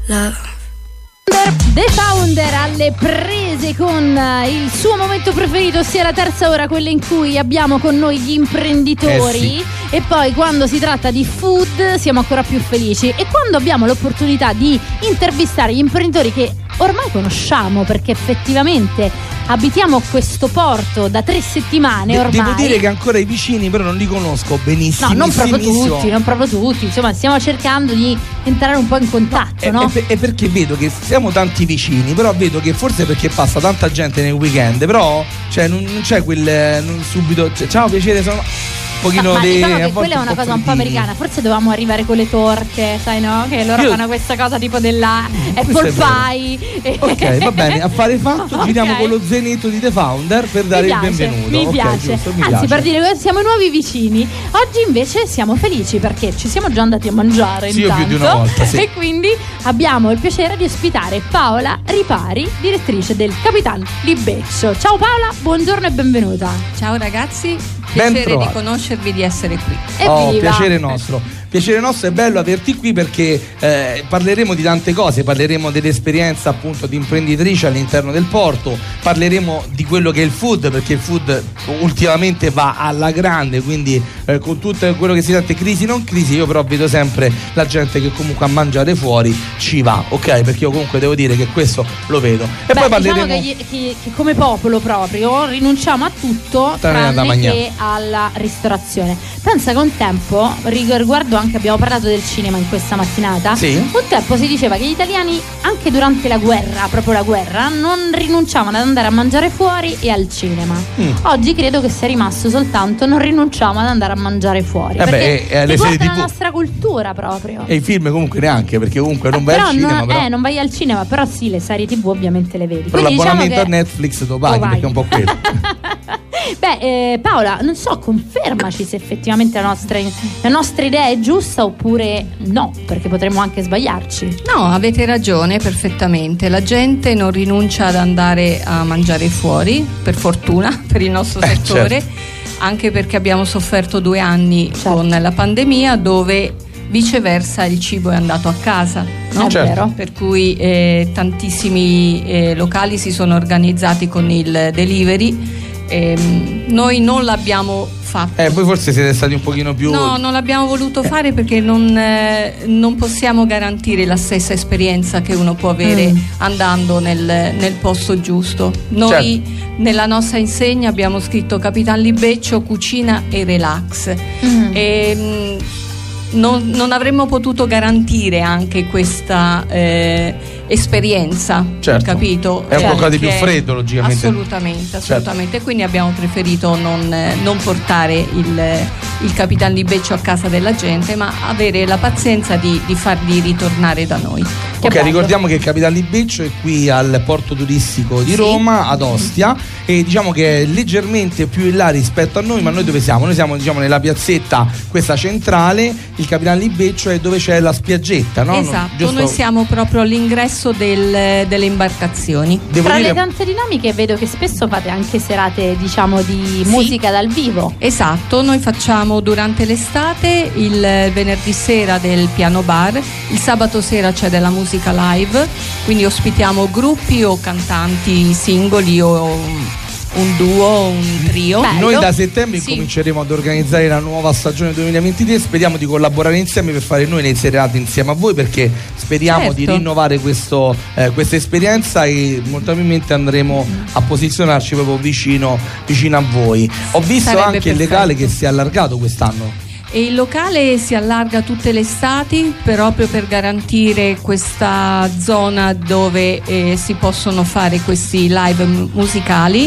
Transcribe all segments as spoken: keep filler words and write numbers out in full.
love. The Founder alle prese con il suo momento preferito, ossia la terza ora, quella in cui abbiamo con noi gli imprenditori, eh sì. E poi quando si tratta di food siamo ancora più felici, e quando abbiamo l'opportunità di intervistare gli imprenditori che ormai conosciamo, perché effettivamente abitiamo questo porto da tre settimane ormai. Devo dire che ancora i vicini però non li conosco benissimo. No, non proprio tutti, non proprio tutti. Insomma, stiamo cercando di entrare un po' in contatto, no? E, e perché vedo che siamo tanti vicini, però vedo che forse perché passa tanta gente nel weekend, però cioè non, non c'è quel non subito cioè, ciao, piacere, sono un pochino ma di, diciamo che quella è una cosa un po' americana. Forse dovevamo arrivare con le torte, sai, no? Che loro Io... fanno questa cosa tipo della apple pie. Ok, va bene, affare fatto. Okay. Giriamo con lo zenetto di The Founder per dare piace, il benvenuto. Mi okay, piace, giusto, mi anzi piace. Per dire che siamo nuovi vicini. Oggi invece siamo felici perché ci siamo già andati a mangiare, sì, intanto, più di una volta, sì. E quindi abbiamo il piacere di ospitare Paola Ripari, direttrice del Capitan Libeccio. Ciao Paola, buongiorno e benvenuta. Ciao ragazzi, Ben piacere trovato. di conoscervi, di essere qui. Evviva. Oh, piacere nostro. Piacere nostro, è bello averti qui perché eh, parleremo di tante cose, parleremo dell'esperienza appunto di imprenditrice all'interno del porto, parleremo di quello che è il food, perché il food ultimamente va alla grande, quindi eh, con tutto quello che si sente crisi non crisi, io però vedo sempre la gente che comunque a mangiare fuori ci va, ok? Perché io comunque devo dire che questo lo vedo. E Beh, poi parleremo diciamo che, che, che come popolo proprio rinunciamo a tutto tranne tranne che alla ristorazione. Pensa che un tempo, riguardo anche abbiamo parlato del cinema in questa mattinata, sì. Un tempo si diceva che gli italiani anche durante la guerra, proprio la guerra, non rinunciavano ad andare a mangiare fuori e al cinema. Mm. Oggi credo che sia rimasto soltanto non rinunciamo ad andare a mangiare fuori, eh perché beh, è alle riguarda serie la tivù. nostra cultura proprio. E i film comunque neanche, perché comunque non Eh, vai però al cinema non, però. Eh, non vai al cinema, però sì, le serie tivù ovviamente le vedi. Però Quindi l'abbonamento diciamo che... a Netflix lo paghi, Lo perché è un po' quello. Beh, eh, Paola, non so, confermaci se effettivamente la nostra, la nostra idea è giusta oppure no, perché potremmo anche sbagliarci. No, avete ragione perfettamente. La gente non rinuncia ad andare a mangiare fuori, per fortuna, per il nostro Eh, settore, certo. Anche perché abbiamo sofferto due anni Certo. con la pandemia, dove viceversa il cibo è andato a casa, no? È Certo. vero. Per cui eh, tantissimi eh, locali si sono organizzati con il delivery. Ehm, noi non l'abbiamo fatto. Eh, voi forse siete stati un pochino più. No, non l'abbiamo voluto fare perché non, eh, non possiamo garantire la stessa esperienza che uno può avere Mm. andando nel, nel posto giusto. Noi nella nostra insegna abbiamo scritto Capitan Libeccio, cucina e relax. Mm. E, mh, non, non avremmo potuto garantire anche questa eh, esperienza, Certo. capito? È un Cioè, qualcosa di più che- freddo, logicamente. Assolutamente, assolutamente. Quindi abbiamo preferito non, eh, non portare il, il Capitan Libeccio a casa della gente, ma avere la pazienza di, di farli ritornare da noi. Che Ok, bello. ricordiamo che il Capitan Libeccio è qui al porto turistico di Sì. Roma, ad Ostia, e diciamo che è leggermente più in là rispetto a noi, ma noi dove siamo? Noi siamo diciamo nella piazzetta, questa centrale, il Capitan Libeccio è dove c'è la spiaggetta, no? Esatto, Giusto? noi siamo proprio all'ingresso del- delle imbarcazioni. Devo Tra dire, le tante dinamiche vedo che spesso fate anche serate, diciamo, di Sì. musica dal vivo. Esatto, noi facciamo durante l'estate il venerdì sera del piano bar, il sabato sera c'è della musica live, quindi ospitiamo gruppi o cantanti singoli o un duo, un trio. Beh, noi bello. da settembre Sì. incominceremo ad organizzare la nuova stagione duemilaventitré, speriamo di collaborare insieme per fare noi le serate insieme a voi, perché speriamo Certo. di rinnovare questo, eh, questa esperienza, e molto probabilmente andremo a posizionarci proprio vicino, vicino a voi. Ho visto Sarebbe anche il perfetto. locale che si è allargato quest'anno. E il locale si allarga tutte le estati proprio per garantire questa zona dove eh, si possono fare questi live m- musicali.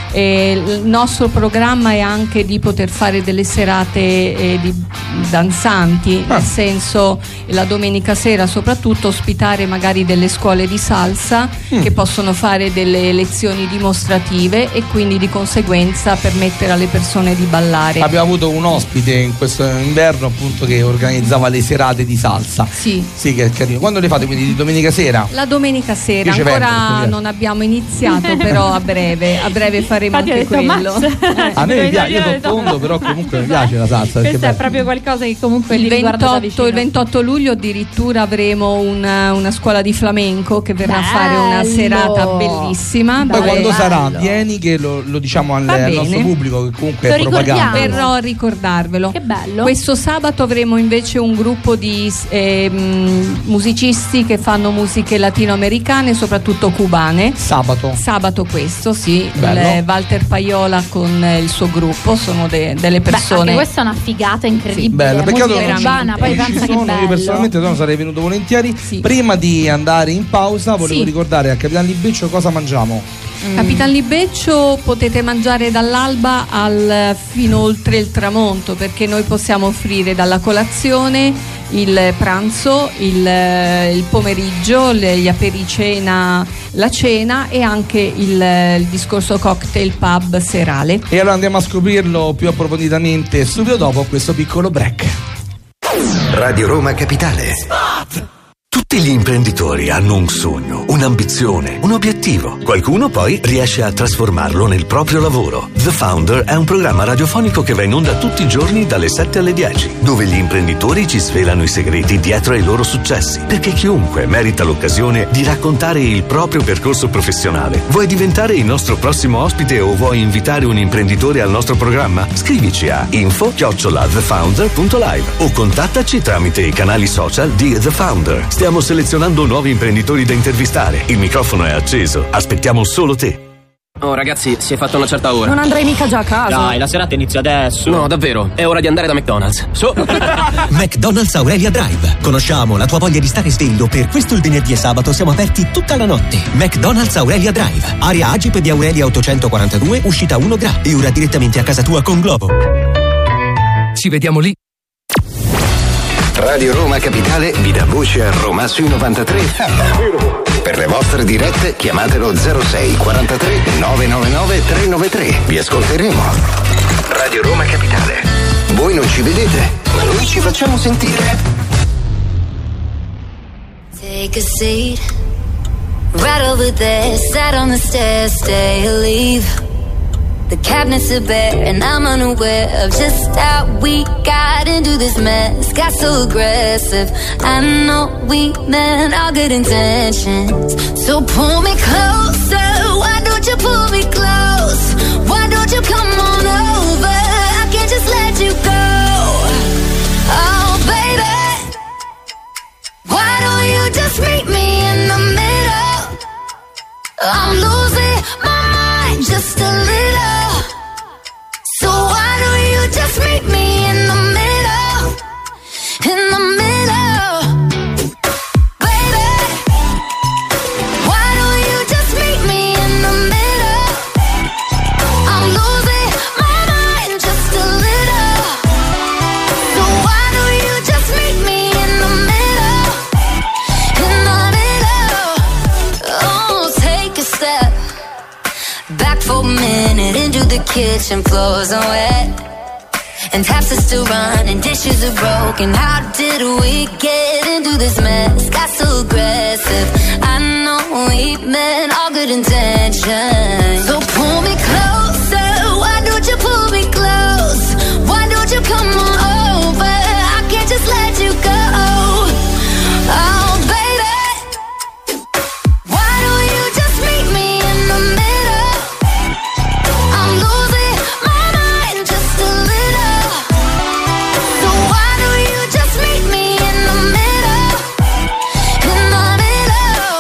E il nostro programma è anche di poter fare delle serate eh, di danzanti, Ah. nel senso la domenica sera soprattutto ospitare magari delle scuole di salsa Mm. che possono fare delle lezioni dimostrative e quindi di conseguenza permettere alle persone di ballare. Abbiamo avuto un ospite in questo inverno appunto che organizzava le serate di salsa. Sì. Sì, che è carino. Quando le fate? Quindi di domenica sera? La domenica sera, Dice ancora vento, non abbiamo iniziato, però a breve, a breve faremo faremo Infatti anche ho detto, quello. Max. A me mi piace, io Ho sono detto, tondo, però comunque mi piace la salsa. Questo perché è proprio qualcosa che comunque Il li riguarda da vicino. ventotto, il ventotto luglio addirittura avremo una, una scuola di flamenco che verrà Bello. a fare una serata bellissima. Poi Dai, quando bello. sarà, vieni che lo, lo diciamo al, Va al bene. nostro pubblico, che comunque Lo è propaganda. ricordiamo. Verrò a ricordarvelo. Che bello. Questo sabato avremo invece un gruppo di ehm, musicisti che fanno musiche latinoamericane, soprattutto cubane. Sabato. Sabato questo, sì, Bello. il Walter Paiola con eh, il suo gruppo, sono de- delle Beh, persone. anche questa è una figata incredibile. Bello, peccato musica non cubana, ci- poi non ci pensa che sono, bello. io personalmente no, sarei venuto volentieri. Sì. Prima di andare in pausa volevo Sì. ricordare a Capitan Libeccio cosa mangiamo. Capitan Libeccio potete mangiare dall'alba al fino oltre il tramonto, perché noi possiamo offrire dalla colazione, il pranzo, il, il pomeriggio, le- gli apericena, la cena e anche il, il discorso cocktail pub serale. E allora andiamo a scoprirlo più approfonditamente subito dopo questo piccolo break. Radio Roma Capitale. Tutti gli imprenditori hanno un sogno, un'ambizione, un obiettivo. Qualcuno poi riesce a trasformarlo nel proprio lavoro. The Founder è un programma radiofonico che va in onda tutti i giorni dalle sette alle dieci, dove gli imprenditori ci svelano i segreti dietro ai loro successi, perché chiunque merita l'occasione di raccontare il proprio percorso professionale. Vuoi diventare il nostro prossimo ospite o vuoi invitare un imprenditore al nostro programma? Scrivici a info chiocciola the founder punto live o contattaci tramite i canali social di The Founder. Stiamo selezionando nuovi imprenditori da intervistare. Il microfono è acceso. Aspettiamo solo te. Oh ragazzi, si è fatta una certa ora. Non andrei mica già a casa. Dai, la serata inizia adesso. No, davvero, è ora di andare da McDonald's. Su. McDonald's Aurelia Drive. Conosciamo la tua voglia di stare sveglio, per questo il venerdì e sabato siamo aperti tutta la notte. McDonald's Aurelia Drive. Area Agip di Aurelia ottocentoquarantadue, uscita uno Gra. E ora direttamente a casa tua con Globo. Ci vediamo lì. Radio Roma Capitale vi dà voce a Roma sui novantatré. Per le vostre dirette chiamatelo zero sei quarantatré novecentonovantanove trecentonovantatré. Vi ascolteremo. Radio Roma Capitale. Voi non ci vedete, ma noi ci facciamo sentire. Take a seat, right over there, sat on the stairs, stay or leave. The cabinets are bare and I'm unaware of just how we got into this mess. Got so aggressive, I know we meant all good intentions. So pull me closer, why don't you pull me close? Why don't you come on over, I can't just let you go. Oh baby, why don't you just meet me in the middle? I'm losing my mind just a little. So why don't you just meet me in the middle? In the middle. Baby, why don't you just meet me in the middle? I'm losing my mind just a little. So why don't you just meet me in the middle? In the middle. Oh, take a step back for a minute into the kitchen, floors are wet and taps are still running, dishes are broken. How did we get into this mess? Got so aggressive, I know we meant all good intentions. So pull me closer, why don't you pull me close? Why don't you come on over, I can't just let you go. Oh baby, why don't you just meet me in the middle? I'm losing my mind just a little. So why don't you just meet me in the middle? In the middle.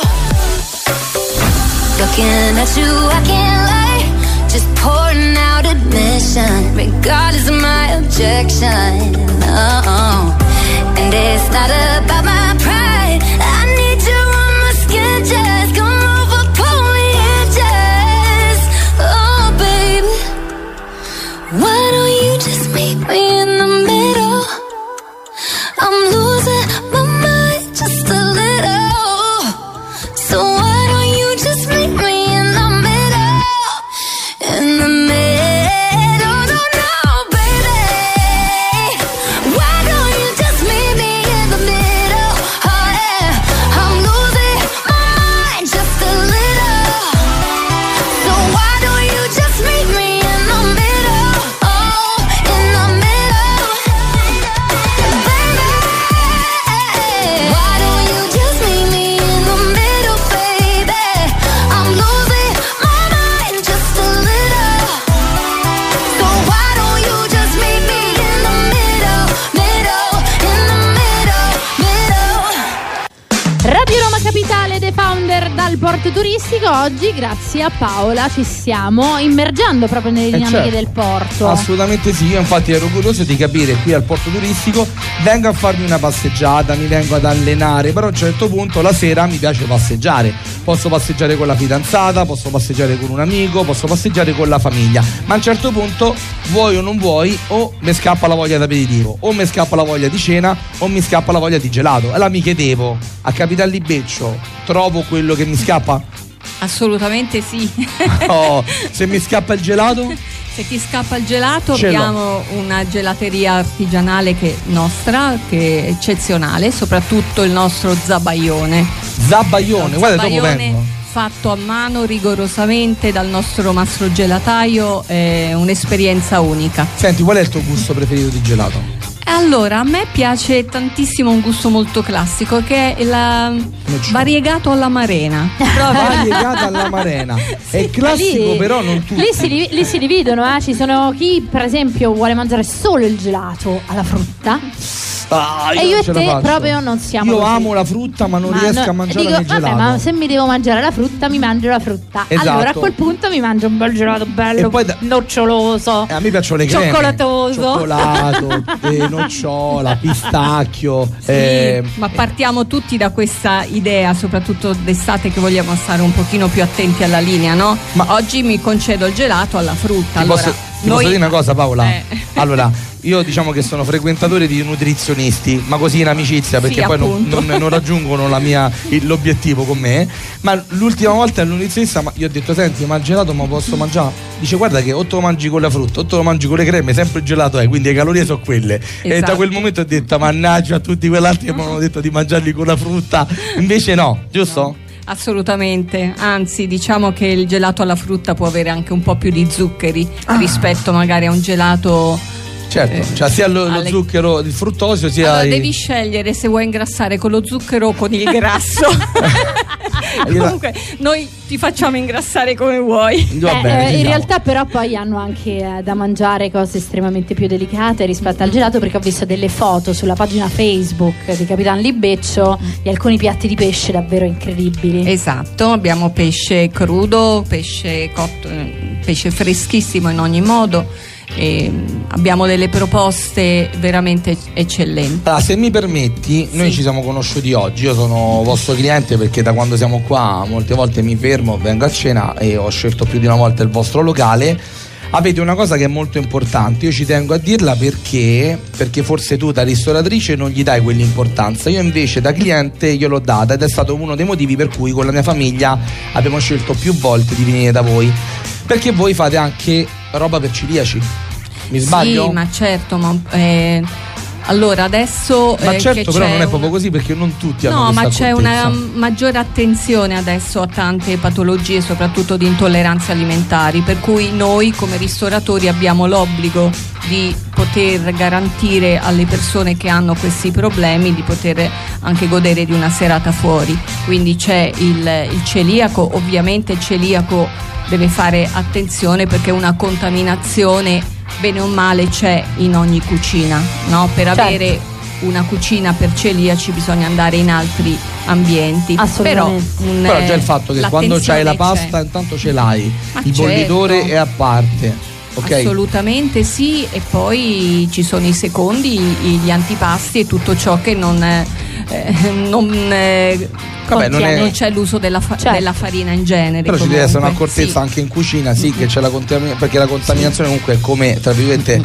Looking at you, I can't lie. Just pouring out admission, regardless of my objection. Oh, and it's not about my pride. I need you on my skin, just come over, pull me in, just. Oh, baby, why don't you just meet me in the middle? I'm losing my mind just a little. So why don't you just meet me in the middle? In the middle, no, no, baby. Why don't you just meet me in the middle? Capitale The Founder dal porto turistico. Oggi grazie a Paola ci stiamo immergendo proprio nelle dinamiche eh certo. del porto. Assolutamente sì, io infatti ero curioso di capire qui al porto turistico, vengo a farmi una passeggiata, mi vengo ad allenare, però a un certo punto la sera mi piace passeggiare, posso passeggiare con la fidanzata, posso passeggiare con un amico, posso passeggiare con la famiglia, ma a un certo punto vuoi o non vuoi o mi scappa la voglia d'aperitivo, o mi scappa la voglia di cena, o mi scappa la voglia di gelato. Allora mi chiedevo, a Capital Libeccio trovo quello che mi scappa? Assolutamente sì. Oh, se mi scappa il gelato? Se ti scappa il gelato Ce abbiamo l'ho. una gelateria artigianale che nostra, che è eccezionale, soprattutto il nostro zabaione. Zabaione, Lo guarda, dopo zabaione vengo. fatto a mano rigorosamente dal nostro mastro gelataio, è un'esperienza unica. Senti, qual è il tuo gusto preferito di gelato? Allora, a me piace tantissimo un gusto molto classico che è il variegato alla marena. Variegata alla marena. È classico, lì, però non tutti. Lì si, lì si dividono, eh? Ci sono chi per esempio vuole mangiare solo il gelato alla frutta. Ah, io e io non e ce la te faccio. proprio non siamo Io così. amo la frutta, ma non Ma riesco no, a mangiare dico, il gelato. vabbè, ma se mi devo mangiare la frutta, mi mangio la frutta. Esatto. Allora a quel punto mi mangio un bel gelato bello, E poi da- noccioloso. Eh, a me piacciono le creme. Cioccolatoso. Cioccolato, eh, nocciola, pistacchio. Sì, eh, ma partiamo tutti da questa idea, soprattutto d'estate, che vogliamo stare un pochino più attenti alla linea, no? Ma- oggi mi concedo il gelato alla frutta. Ti Allora, posso, ti noi... posso dire una cosa, Paola? Eh. Allora, io diciamo che sono frequentatore di nutrizionisti, ma così in amicizia, perché Sì, poi non, appunto. non- non raggiungono la mia, il- l'obiettivo con me. Ma l'ultima volta il nutrizionista, ma io ho detto: senti, ma il gelato ma posso mangiare? Dice: guarda che o te lo mangi con la frutta, o te lo mangi con le creme, sempre il gelato è, quindi le calorie sono quelle. E da Esatto. quel momento ho detto: mannaggia a tutti quell'altri che mi hanno detto di mangiarli con la frutta. Invece no, giusto? Assolutamente, anzi diciamo che il gelato alla frutta può avere anche un po' più di zuccheri Ah. rispetto magari a un gelato. Certo, Eh, cioè sia lo, lo alle- zucchero, il fruttosio, sia Allora i- devi scegliere se vuoi ingrassare con lo zucchero o con il grasso. Comunque noi ti facciamo ingrassare come vuoi. Va Eh, bene, eh, ci in siamo. realtà però poi hanno anche eh, da mangiare cose estremamente più delicate rispetto al gelato, perché ho visto delle foto sulla pagina Facebook di Capitan Libeccio di alcuni piatti di pesce davvero incredibili. Esatto, abbiamo pesce crudo, pesce cotto, eh, pesce freschissimo in ogni modo. E abbiamo delle proposte veramente eccellenti. Allora, se mi permetti, noi Sì. ci siamo conosciuti oggi. Io sono vostro cliente perché da quando siamo qua molte volte mi fermo, vengo a cena e ho scelto più di una volta il vostro locale. Avete una cosa che è molto importante, io ci tengo a dirla perché perché forse tu da ristoratrice non gli dai quell'importanza, io invece da cliente gliel'ho data ed è stato uno dei motivi per cui con la mia famiglia abbiamo scelto più volte di venire da voi, perché voi fate anche roba per celiaci. Mi sbaglio? Sì, ma certo, ma eh, allora adesso Ma eh, certo, che però c'è non è un- proprio così, perché non tutti hanno No, ma questa c'è una accortezza. maggiore attenzione adesso a tante patologie, soprattutto di intolleranze alimentari, per cui noi come ristoratori abbiamo l'obbligo di poter garantire alle persone che hanno questi problemi di poter anche godere di una serata fuori. Quindi c'è il, il celiaco, ovviamente il celiaco deve fare attenzione perché una contaminazione bene o male c'è in ogni cucina, no? Per Certo. avere una cucina per celiaci bisogna andare in altri ambienti. Assolutamente. Però, un, Però già il fatto che quando c'hai la l'attenzione pasta intanto ce l'hai, Ma il bollitore certo. è a parte, ok? c'è. Assolutamente sì, e poi ci sono i secondi, i- gli antipasti e tutto ciò che non, eh, non, eh, Vabbè, non è- non c'è l'uso della, fa- Certo. della farina in genere. Però ci deve essere comunque. un'accortezza Sì. anche in cucina, sì, che c'è la contaminazione, perché la contaminazione comunque è come, tra virgolette,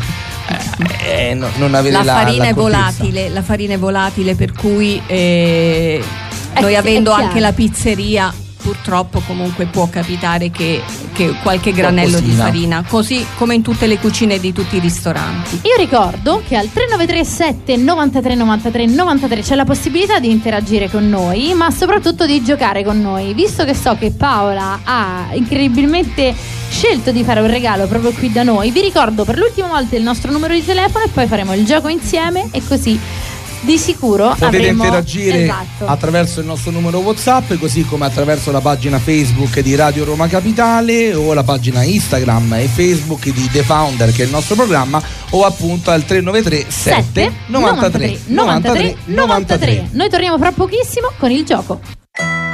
eh, eh, no- non avere La la farina è l'accortezza. volatile, la farina è volatile, per cui eh, Eh noi sì, avendo è chiaro. anche la pizzeria, purtroppo comunque può capitare che, che qualche granello di Qualcosina. farina, così come in tutte le cucine di tutti i ristoranti. Io ricordo che al tre nove tre sette novantatré novantatré novantatré c'è la possibilità di interagire con noi, ma soprattutto di giocare con noi. Visto che so che Paola ha incredibilmente scelto di fare un regalo proprio qui da noi, vi ricordo per l'ultima volta il nostro numero di telefono e poi faremo il gioco insieme e così di sicuro Potete avremo... interagire Esatto. attraverso il nostro numero WhatsApp, così come attraverso la pagina Facebook di Radio Roma Capitale o la pagina Instagram e Facebook di The Founder, che è il nostro programma, o appunto al tre nove tre sette novantatré novantatré novantatré. Noi torniamo fra pochissimo con il gioco.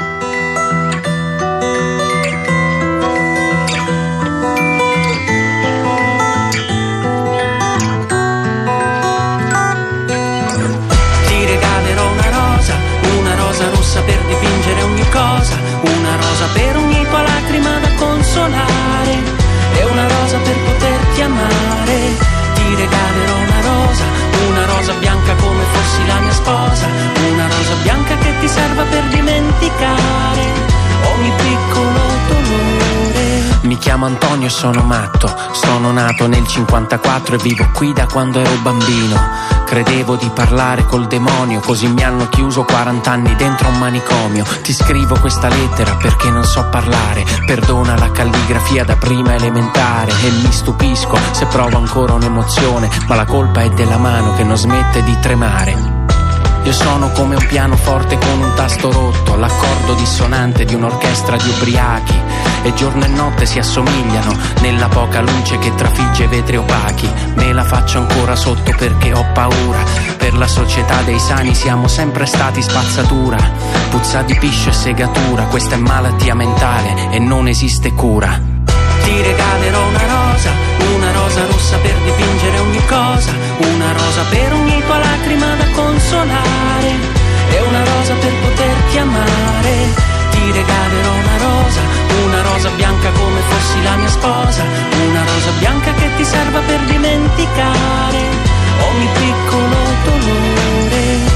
chiamo Antonio e sono matto. Sono nato nel cinquantaquattro e vivo qui da quando ero bambino. Credevo di parlare col demonio, così mi hanno chiuso quaranta anni dentro un manicomio. Ti scrivo questa lettera perché non so parlare. Perdona la calligrafia da prima elementare. E mi stupisco se provo ancora un'emozione, ma la colpa è della mano che non smette di tremare. Io sono come un pianoforte con un tasto rotto, l'accordo dissonante di un'orchestra di ubriachi. E giorno e notte si assomigliano nella poca luce che trafigge vetri opachi. Me la faccio ancora sotto perché ho paura. Per la società dei sani siamo sempre stati spazzatura. Puzza di piscio e segatura, questa è malattia mentale e non esiste cura. Ti regalerò una rosa, una rosa rossa per dipingere ogni cosa, una rosa per ogni tua lacrima da consolare, e una rosa per poterti amare. Ti regalerò una rosa, una rosa bianca come fossi la mia sposa, una rosa bianca che ti serva per dimenticare ogni piccolo dolore.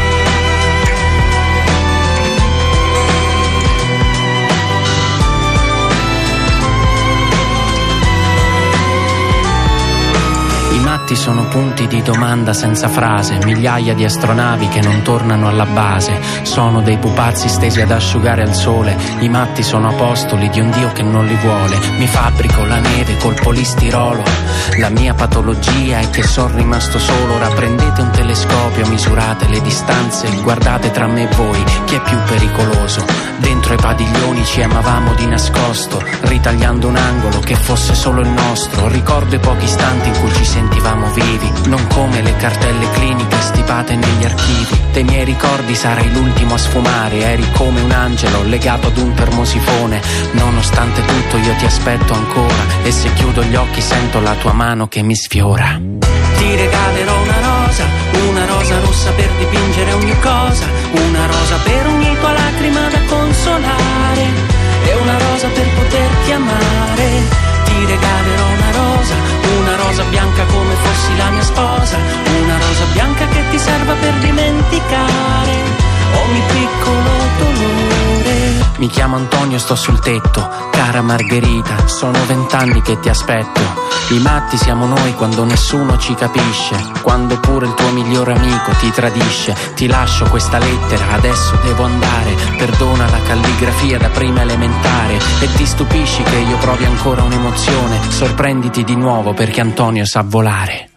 I matti sono punti di domanda senza frase, migliaia di astronavi che non tornano alla base. Sono dei pupazzi stesi ad asciugare al sole. I matti sono apostoli di un Dio che non li vuole. Mi fabbrico la neve col polistirolo. La mia patologia è che sono rimasto solo. Ora prendete un telescopio, misurate le distanze, guardate tra me e voi chi è più pericoloso. Dentro ai padiglioni ci amavamo di nascosto, ritagliando un angolo che fosse solo il nostro. Ricordo i pochi istanti in cui ci sentivamo vivi, non come le cartelle cliniche stipate negli archivi. Dei miei ricordi sarai l'ultimo a sfumare. Eri come un angelo legato ad un termosifone. Nonostante tutto io ti aspetto ancora, e se chiudo gli occhi sento la tua mano che mi sfiora. Ti regalerò una rosa, una rosa rossa per dipingere ogni cosa, una rosa per ogni tua lacrima da consolare, e una rosa per poterti amare. Ti regalerò una rosa, una rosa bianca come fossi la mia sposa, una rosa bianca che ti serva per dimenticare ogni piccolo dolore. Mi chiamo Antonio e sto sul tetto, cara Margherita, sono vent'anni che ti aspetto. I matti siamo noi quando nessuno ci capisce, quando pure il tuo migliore amico ti tradisce. Ti lascio questa lettera, adesso devo andare. Perdona la calligrafia da prima elementare, e ti stupisci che io provi ancora un'emozione. Sorprenditi di nuovo perché Antonio sa volare.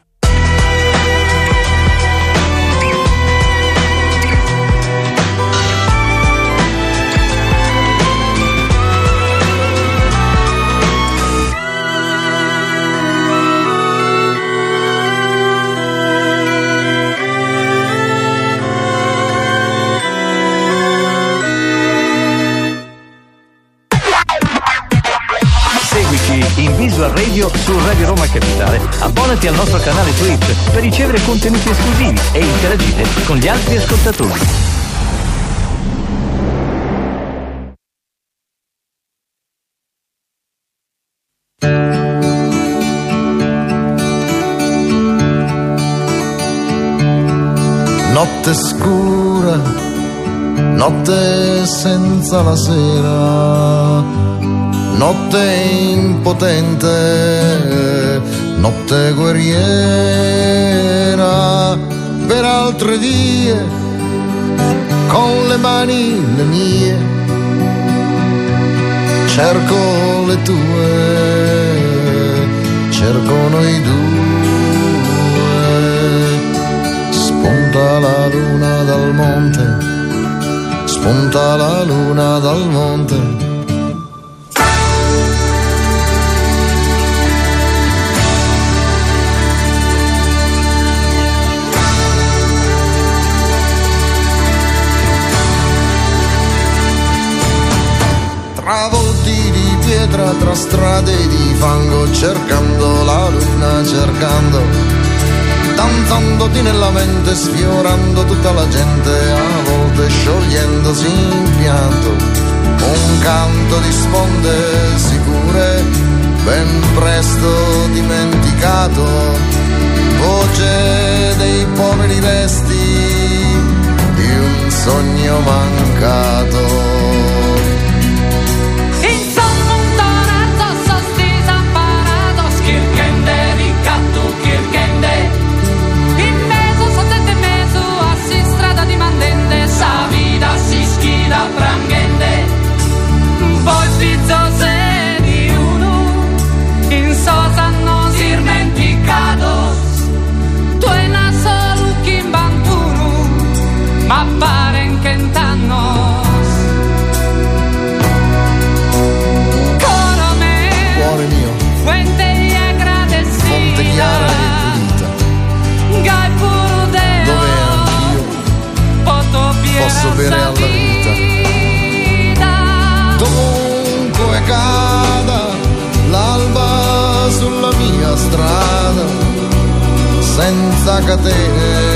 In Visual Radio su Radio Roma Capitale. Abbonati al nostro canale Twitch per ricevere contenuti esclusivi e interagire con gli altri ascoltatori. Notte scura, notte senza la sera, notte impotente, notte guerriera, per altre vie, con le mani le mie, cerco le tue, cerco noi due. Spunta la luna dal monte, spunta la luna dal monte. Travolti di pietra tra strade di fango, cercando la luna, cercando, danzandoti nella mente, sfiorando tutta la gente, a volte sciogliendosi in pianto. Un canto di sponde sicure, ben presto dimenticato, voce dei poveri resti di un sogno mancato. Insomma un torato sostituto alla vita. Dovunque cada l'alba sulla mia strada, senza catene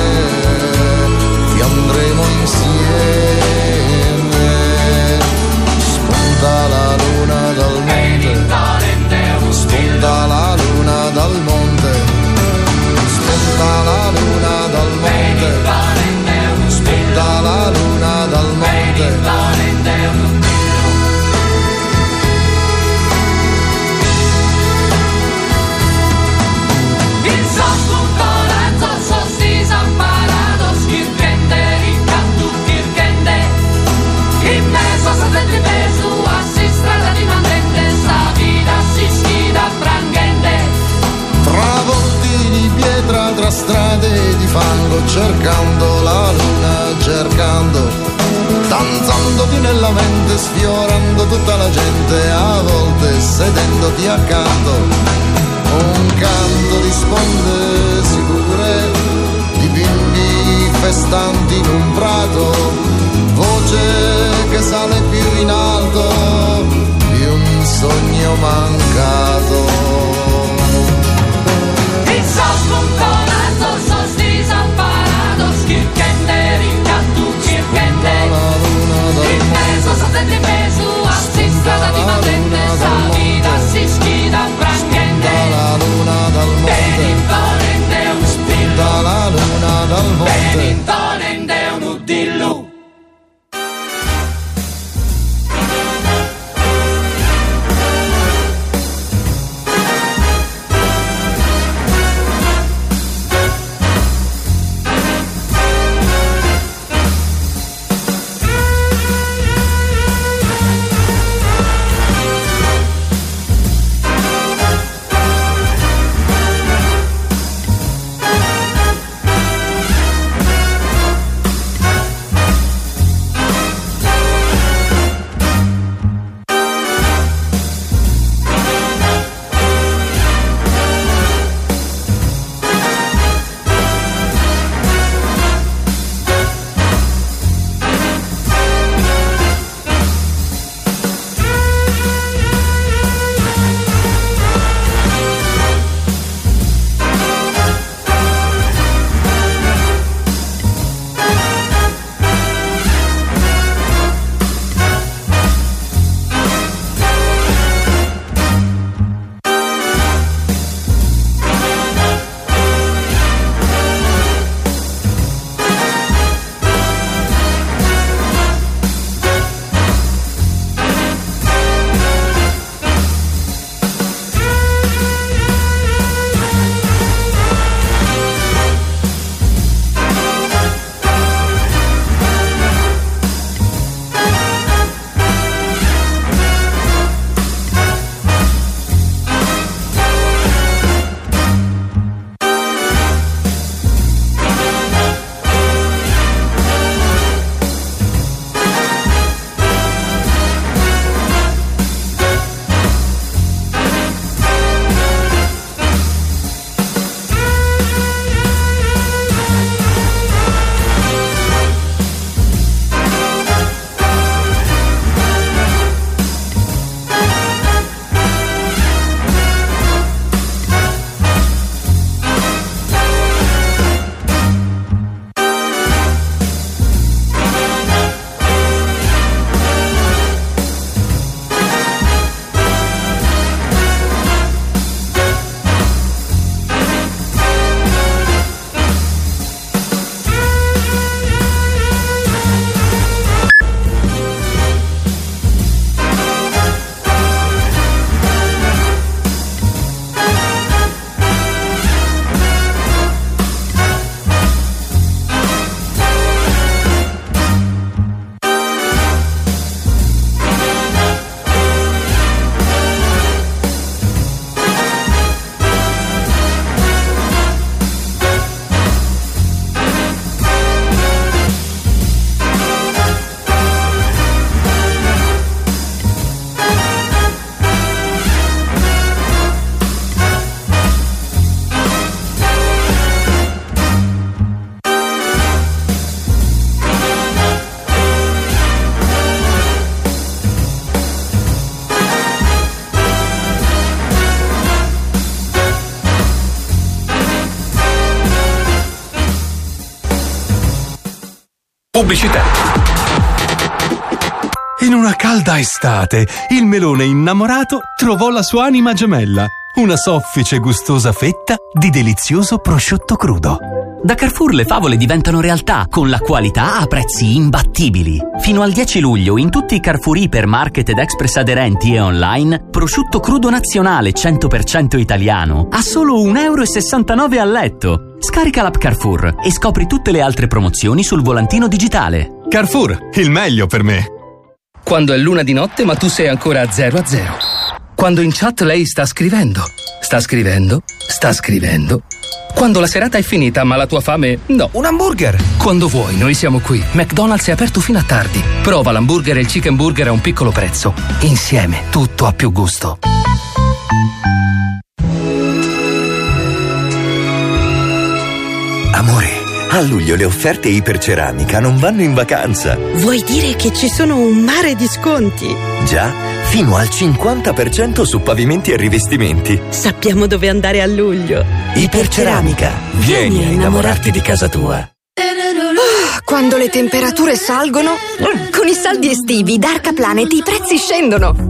vi andremo insieme. Spunta la luna dal monte, spunta la luna dal monte, spunta la luna dal monte, spunta la luna dal monte. Tra strade di fango, cercando la luna, cercando, danzandoti nella mente, sfiorando tutta la gente, a volte sedendoti accanto. Un canto di sponde sicure, di bimbi festanti in un prato, voce che sale più in alto di un sogno mancato. Strada di patente, sta vita si schida prangente, la luna dal monte, imponente un Pubblicità. In una calda estate, il melone innamorato trovò la sua anima gemella, una soffice e gustosa fetta di delizioso prosciutto crudo. Da Carrefour le favole diventano realtà con la qualità a prezzi imbattibili. Fino al dieci luglio in tutti i Carrefour Ipermarket ed Express aderenti e online, prosciutto crudo nazionale cento per cento italiano a solo un euro e sessantanove al letto. Scarica l'app Carrefour e scopri tutte le altre promozioni sul volantino digitale. Carrefour, il meglio per me. Quando è l'una di notte ma tu sei ancora a zero a zero. Quando in chat lei sta scrivendo, sta scrivendo, sta scrivendo. Quando la serata è finita ma la tua fame no. Un hamburger! Quando vuoi, noi siamo qui. McDonald's è aperto fino a tardi. Prova l'hamburger e il chicken burger a un piccolo prezzo. Insieme, tutto a più gusto. Amore, a luglio le offerte Iperceramica non vanno in vacanza. Vuoi dire che ci sono un mare di sconti? Già, fino al cinquanta per cento su pavimenti e rivestimenti. Sappiamo dove andare a luglio. Iperceramica, vieni a innamorarti di casa tua. Oh, quando le temperature salgono, con i saldi estivi Darka Planet i prezzi scendono.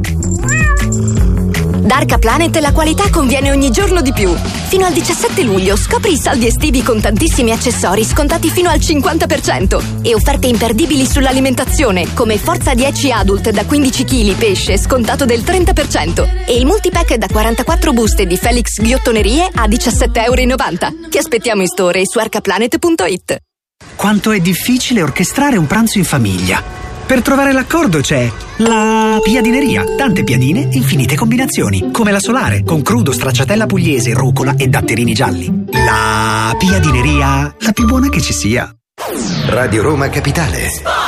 Darka Planet la qualità conviene ogni giorno di più. Fino al diciassette luglio scopri i saldi estivi con tantissimi accessori scontati fino al cinquanta per cento e offerte imperdibili sull'alimentazione come Forza dieci Adult da quindici chili pesce scontato del trenta per cento e il multipack da quarantaquattro buste di Felix Ghiottonerie a diciassette e novanta euro. Ti aspettiamo in store e su arcaplanet punto it. Quanto è difficile orchestrare un pranzo in famiglia. Per trovare l'accordo c'è la piadineria. Tante piadine, infinite combinazioni. Come la solare, con crudo, stracciatella pugliese, rucola e datterini gialli. La piadineria, la più buona che ci sia. Radio Roma Capitale.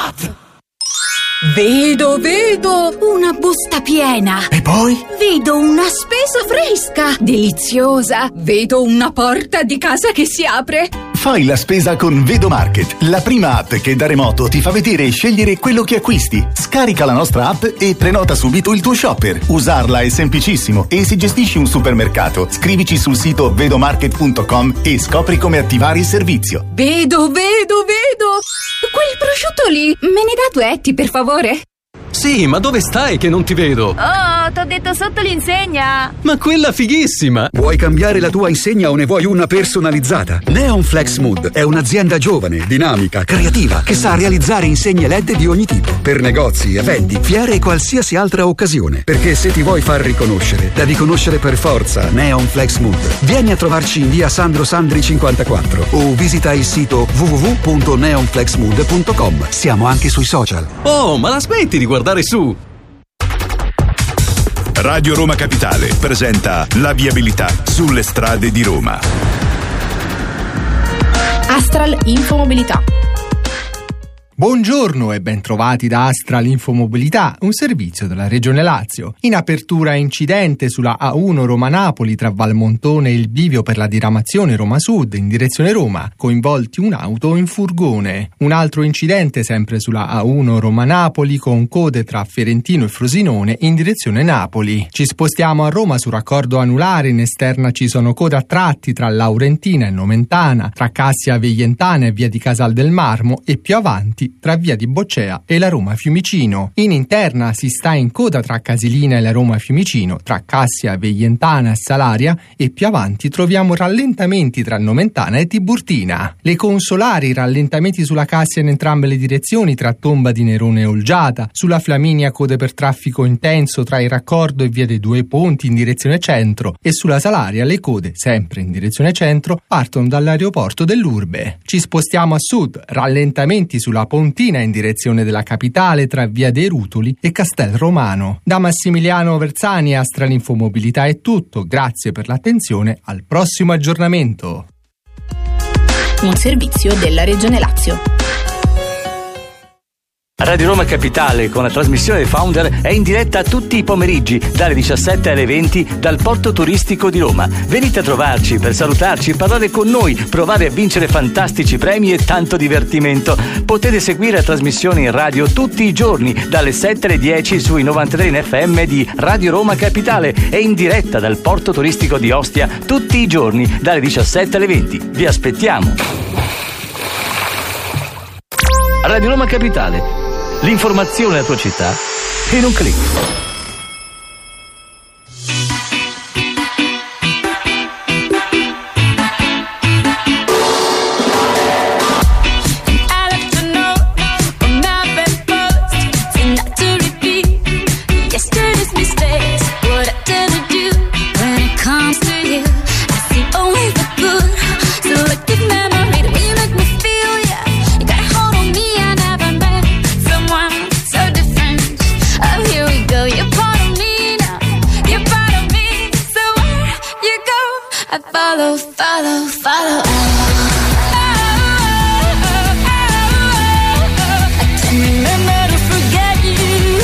Vedo, vedo una busta piena. E poi? Vedo una spesa fresca, deliziosa. Vedo una porta di casa che si apre. Fai la spesa con Vedo Market, la prima app che da remoto ti fa vedere e scegliere quello che acquisti. Scarica la nostra app e prenota subito il tuo shopper. Usarla è semplicissimo e se gestisci un supermercato, scrivici sul sito vedomarket punto com e scopri come attivare il servizio. Vedo, vedo, vedo. Quel prosciutto lì, me ne dà due etti, per favore? Sì, ma dove stai che non ti vedo? Oh, t'ho detto sotto l'insegna. Ma quella fighissima! Vuoi cambiare la tua insegna o ne vuoi una personalizzata? Neon Flex Mood è un'azienda giovane, dinamica, creativa, che sa realizzare insegne L E D di ogni tipo, per negozi, eventi, fiere e qualsiasi altra occasione. Perché se ti vuoi far riconoscere, devi conoscere per forza Neon Flex Mood. Vieni a trovarci in via Sandro Sandri cinquantaquattro o visita il sito w w w punto neon flex mood punto com. Siamo anche sui social. Oh, ma la smetti di guardare su. Radio Roma Capitale presenta la viabilità sulle strade di Roma. Astral Infomobilità. Buongiorno e ben trovati da Astral Infomobilità, un servizio della Regione Lazio. In apertura incidente sulla A uno Roma-Napoli tra Valmontone e il bivio per la diramazione Roma Sud in direzione Roma, coinvolti un'auto in furgone. Un altro incidente sempre sulla A uno Roma-Napoli con code tra Ferentino e Frosinone in direzione Napoli. Ci spostiamo a Roma su raccordo anulare, in esterna ci sono code a tratti tra Laurentina e Nomentana, tra Cassia Veientana e via di Casal del Marmo e più avanti tra via di Boccea e la Roma Fiumicino. In interna si sta in coda tra Casilina e la Roma Fiumicino, tra Cassia Veientana e Salaria e più avanti troviamo rallentamenti tra Nomentana e Tiburtina. Le consolari, rallentamenti sulla Cassia in entrambe le direzioni tra Tomba di Nerone e Olgiata, sulla Flaminia code per traffico intenso tra il raccordo e via dei Due Ponti in direzione centro e sulla Salaria le code, sempre in direzione centro, partono dall'aeroporto dell'Urbe. Ci spostiamo a sud, rallentamenti sulla Pontina in direzione della capitale tra via dei Rutuli e Castel Romano. Da Massimiliano Versani e Astral Infomobilità è tutto, grazie per l'attenzione, al prossimo aggiornamento. Un servizio della Regione Lazio. Radio Roma Capitale con la trasmissione dei Founder è in diretta tutti i pomeriggi dalle diciassette alle venti dal porto turistico di Roma. Venite a trovarci per salutarci, parlare con noi, provare a vincere fantastici premi e tanto divertimento. Potete seguire la trasmissione in radio tutti i giorni dalle sette alle dieci sui novantatré in F M di Radio Roma Capitale e in diretta dal porto turistico di Ostia tutti i giorni dalle diciassette alle venti. Vi aspettiamo. Radio Roma Capitale. L'informazione della tua città in un clic. Follow, follow, follow. I can't remember to forget you.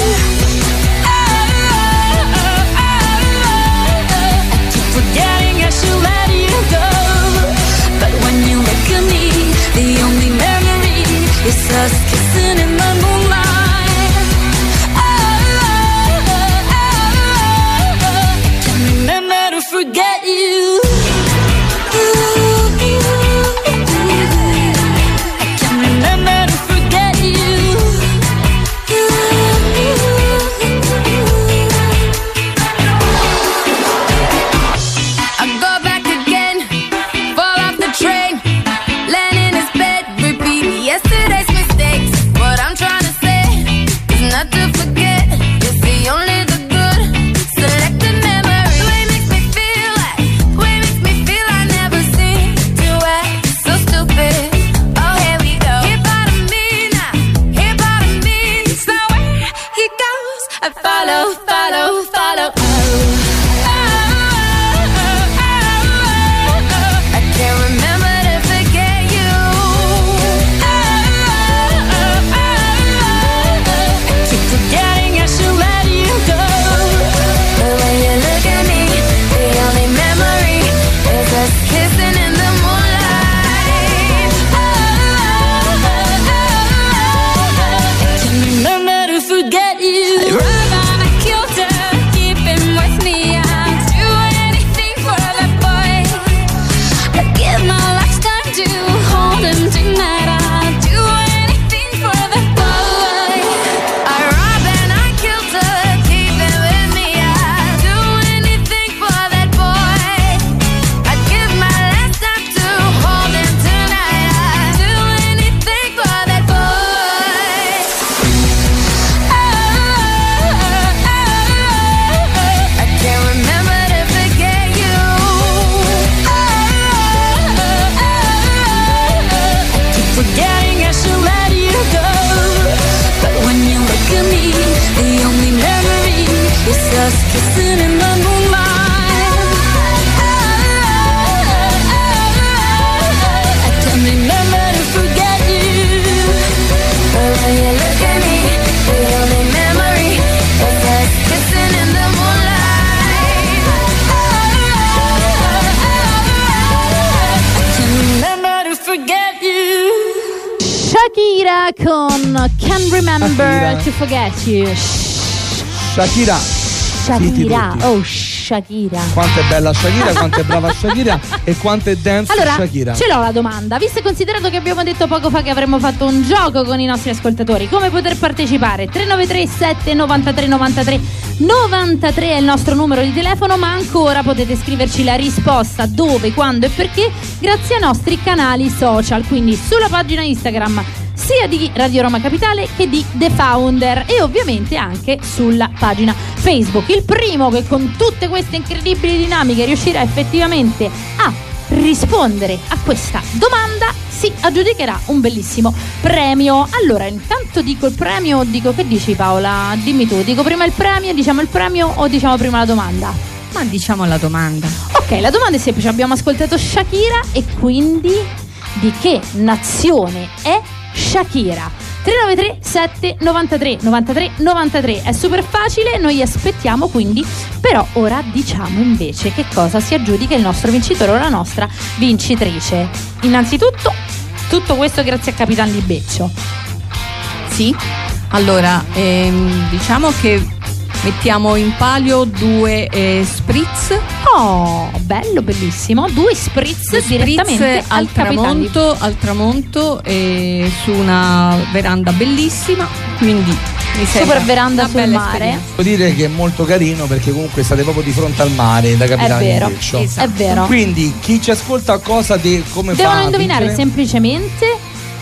I keep forgetting I should let you go. But when you look at me, the only memory is us kissing in the moonlight. I can't remember to forget you. Follow, follow, follow. I can't remember to forget you. I keep forgetting I should let you go. But when you look at me, the only memory is us kissing in the moonlight. I can't remember to forget you. Just kissing in the moonlight. I can't remember to forget you. But when you look at me, the only memory is us kissing in the moonlight. I can't remember to forget you. Shakira con Can't Remember Shakira. to Forget You. Shakira. Shakira, oh Shakira. Quanto è bella Shakira, quanto è brava Shakira e quanto è dance Allora, Shakira. ce l'ho la domanda. Visto e considerato che abbiamo detto poco fa che avremmo fatto un gioco con i nostri ascoltatori, come poter partecipare? tre nove tre sette nove tre nove tre nove tre è il nostro numero di telefono, ma ancora potete scriverci la risposta dove, quando e perché grazie ai nostri canali social, quindi sulla pagina Instagram sia di Radio Roma Capitale che di The Founder e ovviamente anche sulla pagina Facebook. Il primo che con tutte queste incredibili dinamiche riuscirà effettivamente a rispondere a questa domanda si aggiudicherà un bellissimo premio. Allora, intanto dico il premio, dico che dici Paola? Dimmi tu, dico prima il premio, diciamo il premio o diciamo prima la domanda? Ma diciamo la domanda. Ok, la domanda è semplice, abbiamo ascoltato Shakira e quindi di che nazione è Shakira? tre nove tre sette nove tre nove tre nove tre è super facile, noi aspettiamo quindi, però ora diciamo invece che cosa si aggiudica il nostro vincitore o la nostra vincitrice. Innanzitutto tutto questo grazie a Capitan Di Beccio. Sì, allora ehm, diciamo che mettiamo in palio due eh, spritz Oh, bello, bellissimo. Due spritz Due direttamente spritz al al Capitan tramonto, al tramonto e su una veranda bellissima, quindi mi sembra super veranda una sul bella mare. esperienza. Devo dire che è molto carino perché comunque state proprio di fronte al mare da Capitano È vero, Beccio. esatto. È vero. Quindi chi ci ascolta cosa de, come fa Devono a indovinare vincere? semplicemente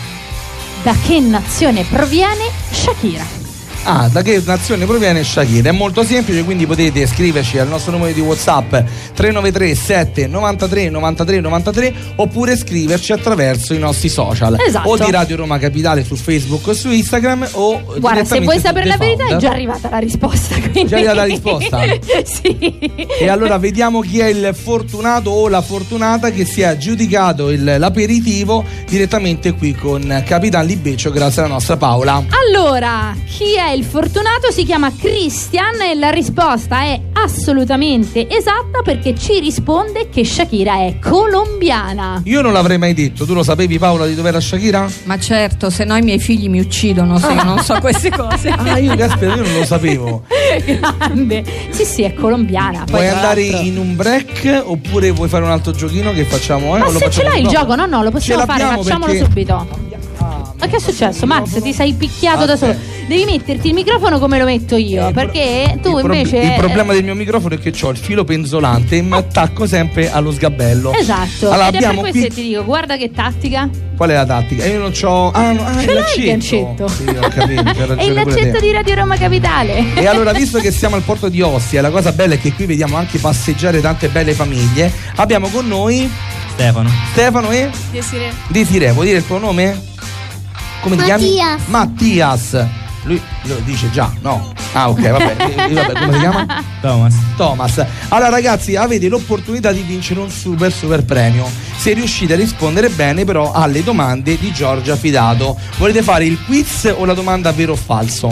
da che nazione proviene Shakira. Ah, da che nazione proviene Shakira? È molto semplice, quindi potete scriverci al nostro numero di WhatsApp tre nove tre sette novantatré novantatré novantatré oppure scriverci attraverso i nostri social. Esatto. O di Radio Roma Capitale su Facebook o su Instagram o Guarda, se vuoi sapere la verità è già già arrivata la risposta. Quindi... Già arrivata la risposta? Sì. E allora vediamo chi è il fortunato o la fortunata che si è aggiudicato il, l'aperitivo direttamente qui con Capitan Libeccio, grazie alla nostra Paola. Allora, chi è il fortunato? Si chiama Christian e la risposta è assolutamente esatta perché ci risponde che Shakira è colombiana. Io non l'avrei mai detto, tu lo sapevi Paola di dove era Shakira? Ma certo, se no i miei figli mi uccidono se io non so queste cose. Ah, io caspita, io non lo sapevo. Grande. Sì, sì, è colombiana. Poi, Vuoi tra andare l'altro- in un break oppure vuoi fare un altro giochino che facciamo? Eh? Ma O lo se ce facciamo l'hai il dopo? gioco, no, no, lo possiamo Ce fare, l'abbiamo facciamolo perché- subito. Ma che è successo? Max, ti sei picchiato da solo. Devi metterti il microfono come lo metto io, perché tu il, pro- invece. il problema del mio microfono è che ho il filo penzolante e mi attacco sempre allo sgabello. Esatto. Allora Ed è per abbiamo questo qui. che ti dico, guarda che tattica. Qual è la tattica? Io non c'ho. Ah, no, ah, Ce il l'hai il gancetto. Sì, ho capito, c'hai ragione È il pure laccetto te. di Radio Roma Capitale. E allora, visto che siamo al porto di Ostia, la cosa bella è che qui vediamo anche passeggiare tante belle famiglie. Abbiamo con noi Stefano. Stefano e Desiree. Desiree. Vuoi dire il tuo nome? Come ti chiami? Mattias. Mattias. Lui lo dice già, no? Ah, ok, vabbè. Eh, vabbè, come si chiama? Thomas. Thomas. Allora ragazzi, avete l'opportunità di vincere un super super premio se riuscite a rispondere bene però alle domande di Giorgia Fidato. Volete fare il quiz o la domanda vero o falso?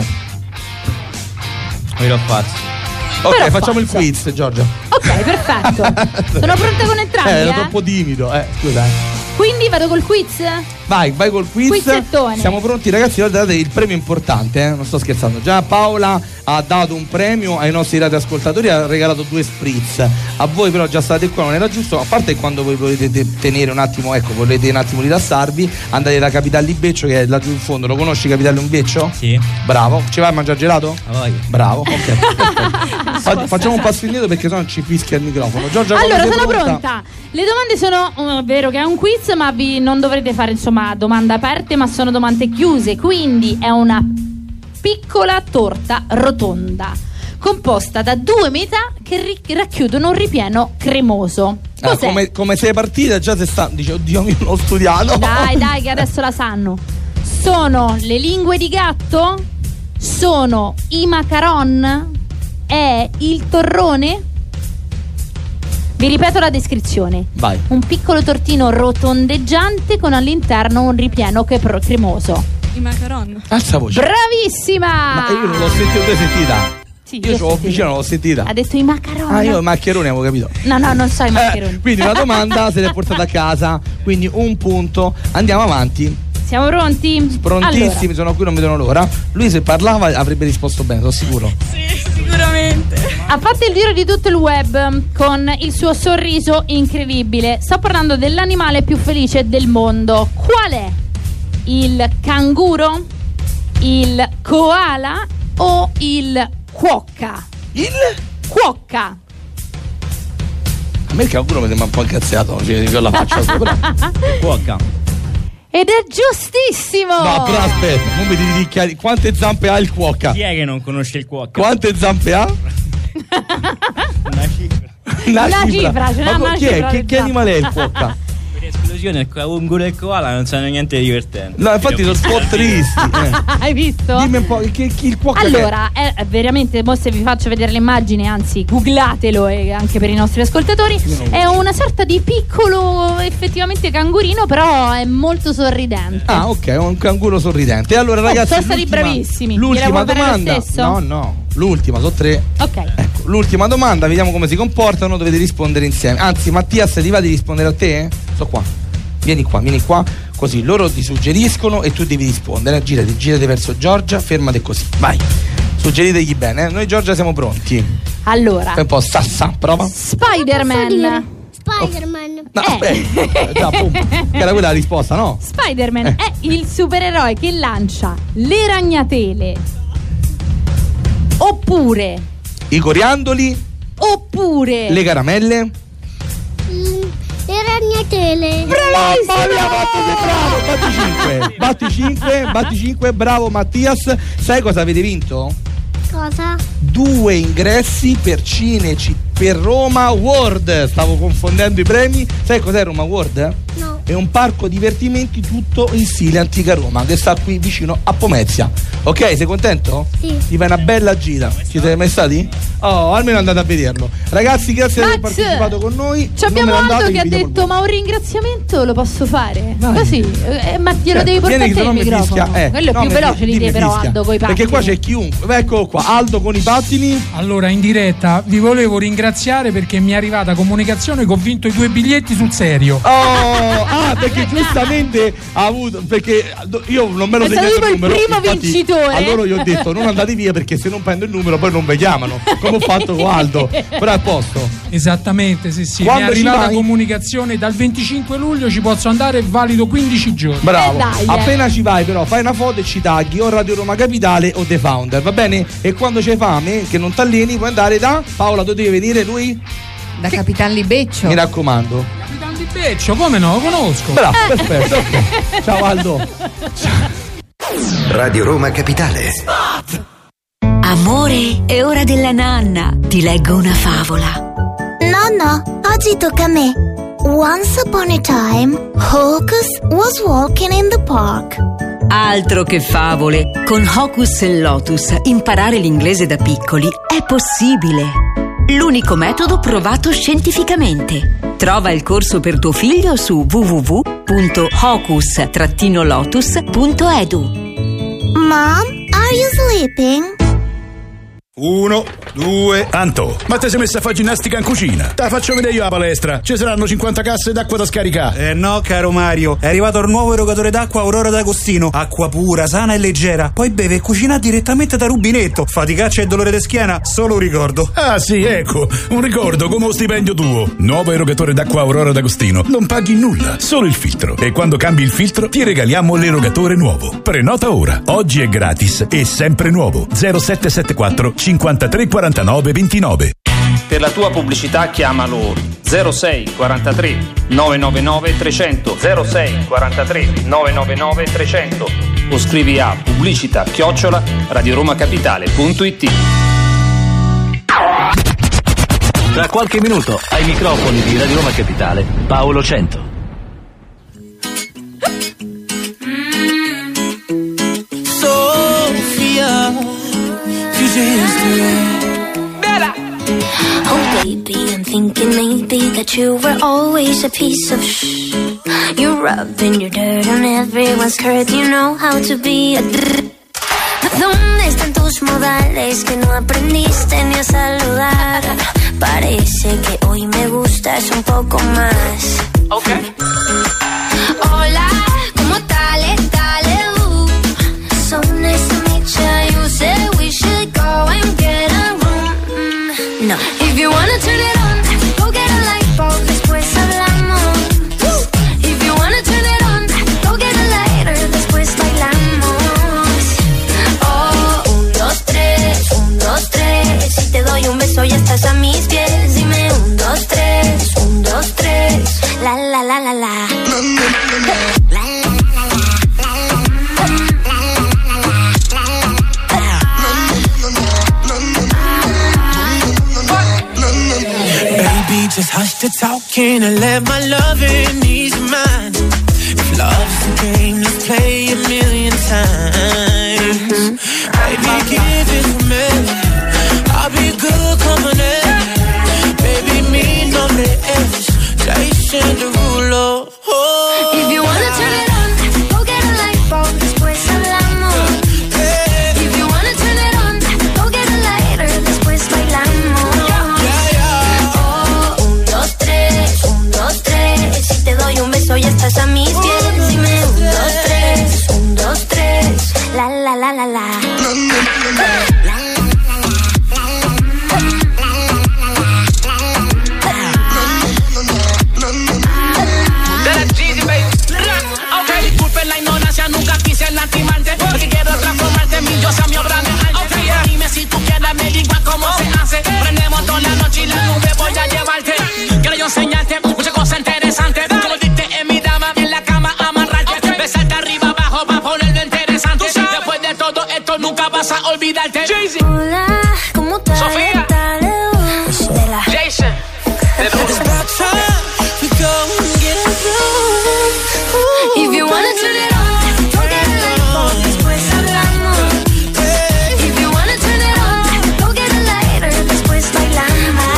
Vero o falso? Ok, Vero o facciamo falso? il quiz, Giorgia. Ok, perfetto. Sono pronta con entrambi. Eh, ero eh? troppo timido, eh, scusa. eh. Quindi vado col quiz? Vai, vai col quiz. Quizzettone. Siamo pronti ragazzi, ora date il premio importante, eh? Non sto scherzando. Già Paola ha dato un premio ai nostri radioascoltatori, ha regalato due spritz. A voi però già state qua, non era giusto. A parte quando voi volete te- tenere un attimo, ecco, volete un attimo rilassarvi, andate da Capitan Libeccio che è laggiù in fondo. Lo conosci Capitan Libeccio? Sì. Bravo. Ci vai a mangiare gelato? Oh, Bravo, ok. Fa- facciamo un passo indietro perché sennò ci fischia il microfono. Giorgia, come Allora, sei sono pronta. Le domande sono, è vero che è un quiz, ma vi non dovrete fare insomma domande aperte, ma sono domande chiuse. Quindi è una piccola torta rotonda composta da due metà che ri- racchiudono un ripieno cremoso. Ah, Cos'è? come, come sei partita già se sta. Dice, oddio mio, non ho studiato. Dai, dai, che adesso la sanno. Sono le lingue di gatto? Sono i macaron? È il torrone? Vi ripeto la descrizione. Vai. Un piccolo tortino rotondeggiante con all'interno un ripieno che è pro- cremoso. I macaron. Alza voce. Bravissima! Ma io non l'ho sentito, tu hai sentita? Sì, Io l'ho ce l'ho sentita. vicino, non l'ho sentita. Ha detto i macaron. Ah, io i maccheroni avevo capito. No, no, non so i maccheroni. Eh, quindi una domanda se l'è portata a casa. Quindi un punto. Andiamo avanti. Siamo pronti? Prontissimi, Allora, sono qui, non vedono l'ora. Lui se parlava avrebbe risposto bene, sono sicuro. Sicuramente. ha fatto il giro di tutto il web con il suo sorriso incredibile. Sto parlando dell'animale più felice del mondo. Qual è? Il canguro? Il koala? O il quokka? Il? Quokka. A me il canguro mi sembra un po' incazziato, cioè, con la faccia sopra. Quokka. Ed è giustissimo! No, però aspetta, non mi devi dire chiari- quante zampe ha il quokka? Chi è che non conosce il quokka? Quante zampe ha? Una cifra. Una, Una cifra, ce n'ha Ma una chi è? cifra Che, di che zampe. animale è il quokka? Per esclusione il canguro e il koala non sanno niente di divertente. No, infatti sono un po' tristi. eh. Hai visto? Dimmi un po' che, che il quokka Allora, è, è veramente, mo se vi faccio vedere l'immagine, anzi googlatelo e anche per i nostri ascoltatori, è una sorta di piccolo effettivamente cangurino, però è molto sorridente. Ah, ok, un canguro sorridente. E allora, Oh, ragazzi, sono stati l'ultima- bravissimi. L'ultima Gliela vuoi fare lo domanda. stesso? No, no, l'ultima, sono tre. Ok. Ecco, l'ultima domanda, vediamo come si comportano, dovete rispondere insieme. Anzi, Mattias, ti va di rispondere a te? Sto qua. Vieni qua, vieni qua, così loro ti suggeriscono e tu devi rispondere. Girati, girati verso Giorgia, fermate così. Vai. Suggeritegli bene, eh? Noi Giorgia siamo pronti. Allora, Fai un po' sassa, prova. Spider-Man. Spider-Man. No, Eh. aspetta, già, boom. Che era quella la risposta, no? Spider-Man Eh. è il supereroe che lancia le ragnatele. Oppure, I coriandoli, oppure le caramelle. Le ragnatele. Bravissimo! Bravo, batti cinque. Batti cinque, batti cinque, bravo Mattias. Sai cosa avete vinto? Cosa? Due ingressi per Cine per Roma World. Stavo confondendo i premi. Sai cos'è Roma World? No. È un parco divertimenti tutto in stile antica Roma che sta qui vicino a Pomezia. Ok, sei contento? Sì. Ti fai una bella gita. Ci siete mai stati? Oh, almeno andate a vederlo. Ragazzi, grazie di aver Max, partecipato con noi. ci abbiamo Non me ne Aldo andate, che ha vi diamo il detto: ma un ringraziamento lo posso fare? Vai. Così, eh, ma glielo Cioè, devi portare vieni a te che il sennò mi microfono. fischia. Eh, Quello è no, più mi- veloce di dimmi te, però, fischia. Aldo, coi pattini. Perché qua c'è chiunque. Beh, eccolo qua, Aldo con i pattini. Allora, in diretta vi volevo ringraziare perché mi è arrivata comunicazione che ho vinto i due biglietti sul serio. Oh, ah, perché giustamente ha avuto. Perché io non me lo È stato segnato il tipo il numero. primo infatti, vincitore. allora io ho detto: non andate via perché se non prendo il numero poi non vi chiamano. Come ho fatto con Aldo. Però è a posto. Esattamente, sì, sì. Quando mi è ci arrivata vai? comunicazione dal venticinque luglio ci posso andare, è valido quindici giorni. Bravo. Eh, dai, eh. Appena ci vai, però, fai una foto e ci tagli o Radio Roma Capitale o The Founder, va bene? E quando c'hai fame, che non t'alleni, puoi andare da Paola, dove devi venire lui? Da Capitan Libeccio. Mi raccomando. Capitan Di Beccio, come no? Lo conosco. Bravo, perfetto. ok. Ciao Aldo. Radio Roma Capitale. Amore, è ora della nanna. Ti leggo una favola. Nonna, oggi tocca a me. Once upon a time, Hocus was walking in the park. Altro che favole. Con Hocus e Lotus imparare l'inglese da piccoli è possibile. L'unico metodo provato scientificamente. Trova il corso per tuo figlio su w w w punto hocus lotus punto e d u. Mom, are you sleeping? Uno, due. Anto, ma te sei messa a fare ginnastica in cucina? Te la faccio vedere io la palestra. Ci saranno cinquanta casse d'acqua da scaricare. Eh no, caro Mario, è arrivato il nuovo erogatore d'acqua Aurora d'Agostino. Acqua pura, sana e leggera. Poi beve e cucina direttamente da rubinetto. Faticaccia e dolore di schiena, solo un ricordo. Ah sì, ecco, un ricordo come lo stipendio tuo. Nuovo erogatore d'acqua Aurora d'Agostino. Non paghi nulla, solo il filtro. E quando cambi il filtro ti regaliamo l'erogatore nuovo. Prenota ora. Oggi è gratis e sempre nuovo. zero sette sette quattro cinquantatré quarantanove ventinove. Per la tua pubblicità chiamalo zero sei quarantatré novecentonovantanove trecento zero sei quarantatré novecentonovantanove trecento o scrivi a pubblicità chiocciola radioromacapitale punto it. Tra qualche minuto ai microfoni di Radio Roma Capitale Paolo Cento. Sofia, Oh baby, I'm thinking maybe that you were always a piece of shh. You're rubbing your dirt on everyone's skirt. You know how to be a drr. ¿Dónde están tus modales que no aprendiste ni a saludar? Parece que hoy me gustas un poco más. Okay. Hola, ¿cómo tal? Dale, uh. So nice to meet you. You said we should go and get a room. Mm. No. If you wanna turn it on, go get a light bulb, después hablamos. If you wanna turn it on, go get a lighter, después bailamos. Oh, un, dos, tres, un, dos, tres. Si te doy un beso ya estás a mis pies. Dime un, dos, tres, un, dos, tres. La, la, la, la, la. baby, just hush the talking and let my loving ease your mind. If love's a game, let's play a million times. Baby, give it to me. I'll be good company. Baby, me no me es Jason Derulo. If you wanna turn it on, go get a light bulb, después hablamos. If you wanna turn it on, go get a lighter, después bailamos. Oh, un, dos, tres, un, dos, tres. Si te doy un beso ya estás a mis pies. Dime un, dos, tres, un, dos, tres. La, la, la, la, la. Daisy. Hola, ¿cómo estás? Sofía. Jason. It's about time we go and get a room. If you wanna turn it on, don't get a light bulb, después hablamos. If you wanna turn it on, go get a lighter, después bailamos.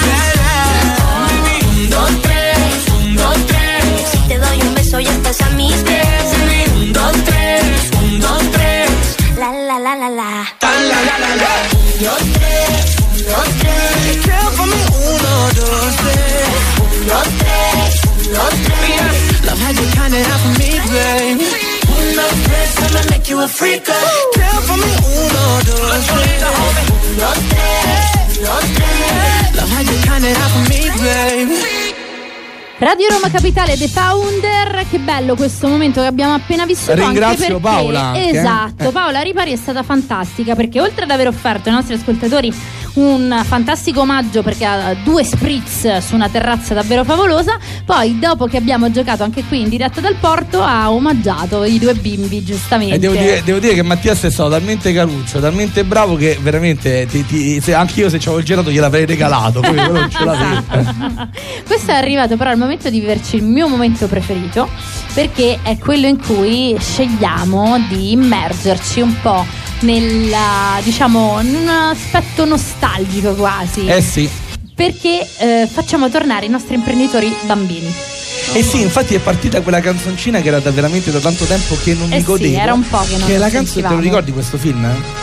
Un, dos, tres, un, dos, tres. Si te doy un beso ya estás a mis pies. Un, dos, tres, un, dos, tres. La la la la la. La la la la la. Un, dos, tres, un, dos, tres. Count for me. Uno, dos, tres. Uno, tres. Uno, tres. Love how you count it out for me, babe. Uno, tres. I'ma make you a freak. Count for me. Uno, dos, tres. Uno, tres. Uno, tres. Love how you count it out for me, babe. Radio Roma Capitale, The Founder, che bello questo momento che abbiamo appena vissuto. Ringrazio anche perché, Paola anche, esatto, eh. Paola Ripari è stata fantastica perché oltre ad aver offerto ai nostri ascoltatori un fantastico omaggio perché ha due spritz su una terrazza davvero favolosa, poi dopo che abbiamo giocato anche qui in diretta dal porto ha omaggiato i due bimbi giustamente. E devo dire, devo dire che Mattias è stato talmente caruccio, talmente bravo che veramente ti, ti, se anche io se c'avevo il gelato gliel'avrei regalato, poi non ce l'avevo. Questo è arrivato però al momento di viverci il mio momento preferito, perché è quello in cui scegliamo di immergerci un po' nel, diciamo, in un aspetto nostalgico quasi. Eh sì. Perché eh, facciamo tornare i nostri imprenditori bambini. Eh sì, infatti è partita quella canzoncina che era da veramente da tanto tempo che non eh mi godevo. Sì, era un po' che non Che è la sentivamo. canzone, te lo ricordi questo film?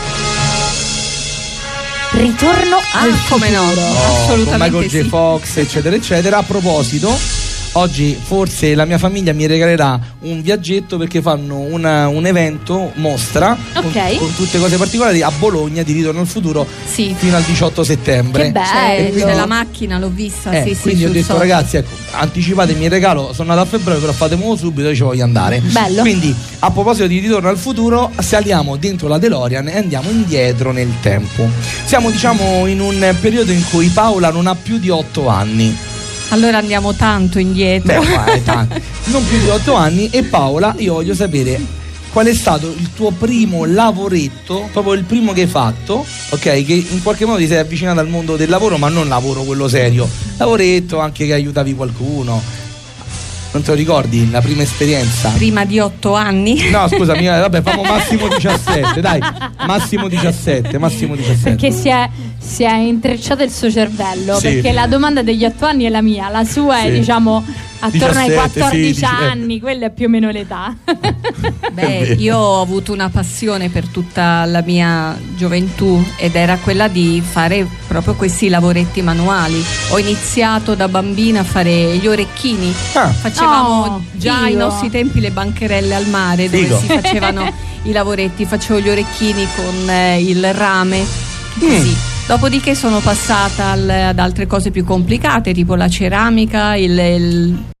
Ritorno Ah, al come no, futuro. Oh, assolutamente con Michael J. sì. Fox, eccetera, eccetera. A proposito, oggi forse la mia famiglia mi regalerà un viaggetto perché fanno una, un evento mostra Ok. con, con tutte cose particolari a Bologna di Ritorno al futuro Sì. fino al diciotto settembre. Che bello. C'è, E quindi- c'è la macchina, l'ho vista. Eh, sì, sì, quindi ho sul detto social. ragazzi, ecco, anticipatemi il regalo, sono andato a febbraio, però fatemelo subito, io ci voglio andare. Bello. Quindi a proposito di Ritorno al futuro, saliamo dentro la DeLorean e andiamo indietro nel tempo. Siamo diciamo in un periodo in cui Paola non ha più di otto anni. Allora andiamo tanto indietro. Beh, ma è tanto. Non più di otto anni. E Paola, io voglio sapere qual è stato il tuo primo lavoretto, proprio il primo che hai fatto, ok? Che in qualche modo ti sei avvicinata al mondo del lavoro, ma non lavoro quello serio. Lavoretto anche che aiutavi qualcuno. Non te lo ricordi la prima esperienza? Prima di otto anni? No, scusami, eh, vabbè, famo massimo diciassette, dai. Massimo diciassette, massimo diciassette. Perché si è, si è intrecciato il suo cervello. Sì. Perché la domanda degli otto anni è la mia, la sua è Sì. diciamo attorno ai diciassette, quattordici sedici, eh. anni, quella è più o meno l'età. Beh, io ho avuto una passione per tutta la mia gioventù ed era quella di fare proprio questi lavoretti manuali. Ho iniziato da bambina a fare gli orecchini. Ah. Facevamo Oh, già ai figo. nostri tempi le bancherelle al mare dove Figo. si facevano i lavoretti. Facevo gli orecchini con eh, il rame. Così. Dopodiché sono passata al- ad altre cose più complicate, tipo la ceramica, il, il